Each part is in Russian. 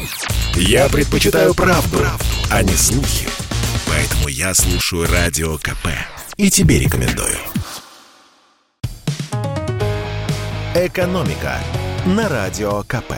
Я предпочитаю правду, а не слухи. Поэтому я слушаю Радио КП. И тебе рекомендую. «Экономика» на Радио КП.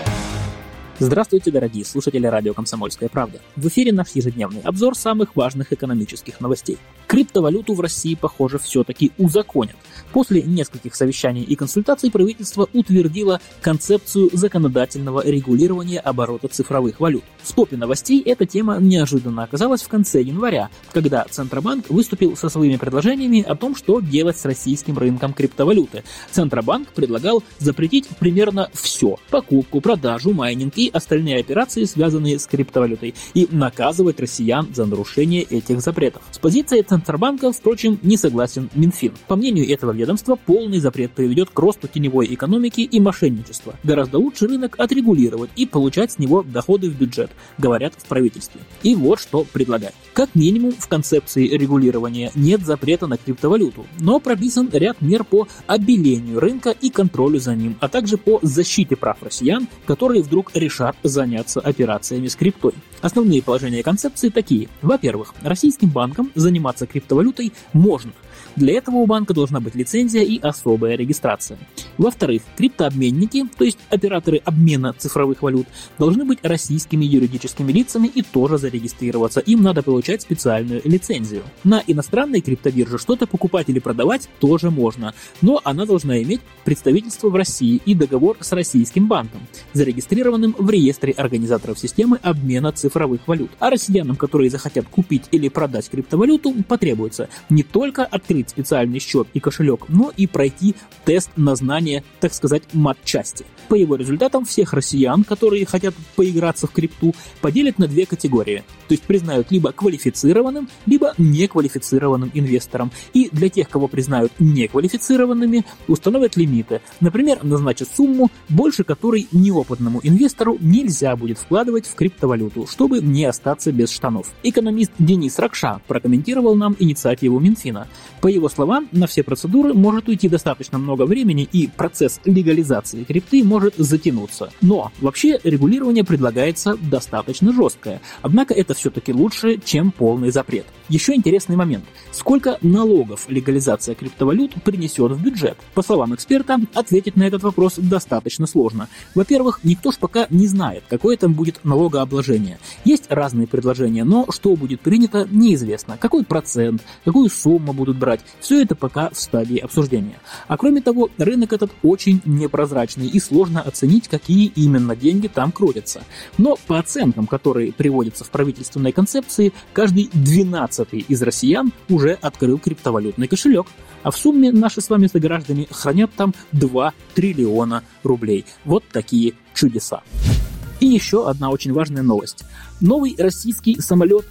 Здравствуйте, дорогие слушатели радио «Комсомольская правда». В эфире наш ежедневный обзор самых важных экономических новостей. Криптовалюту в России, похоже, все-таки узаконят. После нескольких совещаний и консультаций правительство утвердило концепцию законодательного регулирования оборота цифровых валют. В топе новостей эта тема неожиданно оказалась в конце января, когда Центробанк выступил со своими предложениями о том, что делать с российским рынком криптовалюты. Центробанк предлагал запретить примерно все – покупку, продажу, майнинг и остальные операции, связанные с криптовалютой, и наказывать россиян за нарушение этих запретов. С позицией Центробанка, впрочем, не согласен Минфин. По мнению этого ведомства, полный запрет приведет к росту теневой экономики и мошенничества. Гораздо лучше рынок отрегулировать и получать с него доходы в бюджет, говорят в правительстве. И вот что предлагают. Как минимум, в концепции регулирования нет запрета на криптовалюту, но прописан ряд мер по обелению рынка и контролю за ним, а также по защите прав россиян, которые вдруг решат заняться операциями с криптой. Основные положения концепции такие. Во-первых, российским банкам заниматься криптовалютой можно. Для этого у банка должна быть лицензия и особая регистрация. Во-вторых, криптообменники, то есть операторы обмена цифровых валют, должны быть российскими юридическими лицами и тоже зарегистрироваться. Им надо получать специальную лицензию. На иностранной криптобирже что-то покупать или продавать тоже можно, но она должна иметь представительство в России и договор с российским банком, зарегистрированным в реестре организаторов системы обмена цифровых валют. А россиянам, которые захотят купить или продать криптовалюту, потребуется не только открыть специальный счет и кошелек, но и пройти тест на знание, так сказать, матчасти. По его результатам всех россиян, которые хотят поиграться в крипту, поделят на две категории. То есть признают либо квалифицированным, либо неквалифицированным инвестором. И для тех, кого признают неквалифицированными, установят лимиты. Например, назначат сумму, больше которой неопытному инвестору нельзя будет вкладывать в криптовалюту, чтобы не остаться без штанов. Экономист Денис Ракша прокомментировал нам инициативу Минфина. По его словам, на все процедуры может уйти достаточно много времени, и процесс легализации крипты может затянуться. Но вообще регулирование предлагается достаточно жесткое. Однако это все-таки лучше, чем полный запрет. Еще интересный момент. Сколько налогов легализация криптовалют принесет в бюджет? По словам эксперта, ответить на этот вопрос достаточно сложно. Во-первых, никто ж пока не знает, какое там будет налогообложение. Есть разные предложения, но что будет принято, неизвестно. Какой процент, какую сумму будут брать, все это пока в стадии обсуждения. А кроме того, рынок этот очень непрозрачный и сложно оценить, какие именно деньги там крутятся. Но по оценкам, которые приводятся в правительственной концепции, каждый 12-й из россиян уже открыл криптовалютный кошелек. А в сумме наши с вами сограждане хранят там 2 триллиона рублей. Вот такие чудеса. И еще одна очень важная новость. Новый российский самолет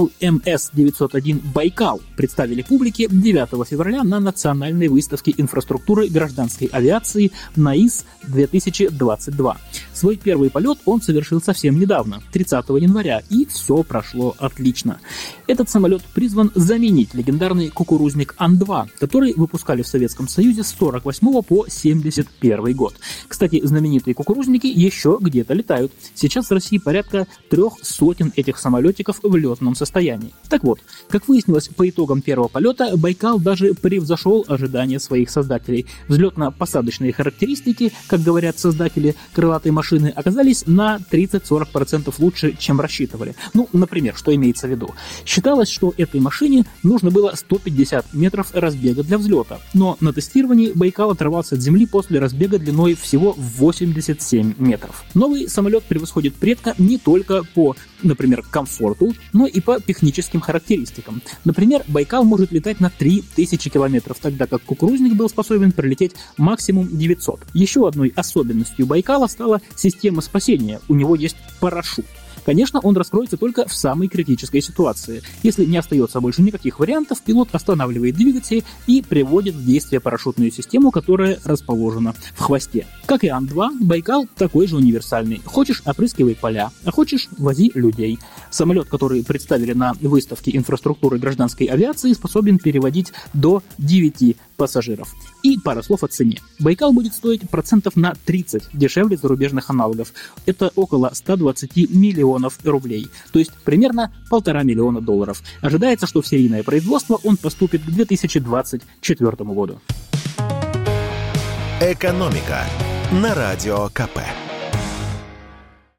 ЛМС-901 «Байкал» представили публике 9 февраля на национальной выставке инфраструктуры гражданской авиации НАИС-2022. Свой первый полет он совершил совсем недавно, 30 января, и все прошло отлично. Этот самолет призван заменить легендарный кукурузник Ан-2, который выпускали в Советском Союзе с 48 по 71 год. Кстати, знаменитые кукурузники еще где-то летают. Сейчас в России порядка 300 этих самолетиков в летном состоянии. Так вот, как выяснилось по итогам первого полета, Байкал даже превзошел ожидания своих создателей. Взлетно-посадочные характеристики, как говорят создатели крылатой машины, оказались на 30-40% лучше, чем рассчитывали. Ну, например, что имеется в виду? Считалось, что этой машине нужно было 150 метров разбега для взлета, но на тестировании Байкал оторвался от земли после разбега длиной всего в 87 метров. Новый самолет превосходит предка не только по, например, комфорту, но и по техническим характеристикам. Например, Байкал может летать на 3000 километров, тогда как кукурузник был способен пролететь максимум 900. Еще одной особенностью Байкала стала система спасения. У него есть парашют. Конечно, он раскроется только в самой критической ситуации. Если не остается больше никаких вариантов, пилот останавливает двигатель и приводит в действие парашютную систему, которая расположена в хвосте. Как и Ан-2, Байкал такой же универсальный. Хочешь — опрыскивай поля, а хочешь — вози людей. Самолет, который представили на выставке инфраструктуры гражданской авиации, способен переводить до 9 пассажиров. И пара слов о цене. Байкал будет стоить процентов на 30 дешевле зарубежных аналогов. Это около 120 миллионов рублей, то есть примерно $1,5 миллиона. Ожидается, что в серийное производство он поступит к 2024 году. «Экономика» на Радио КП.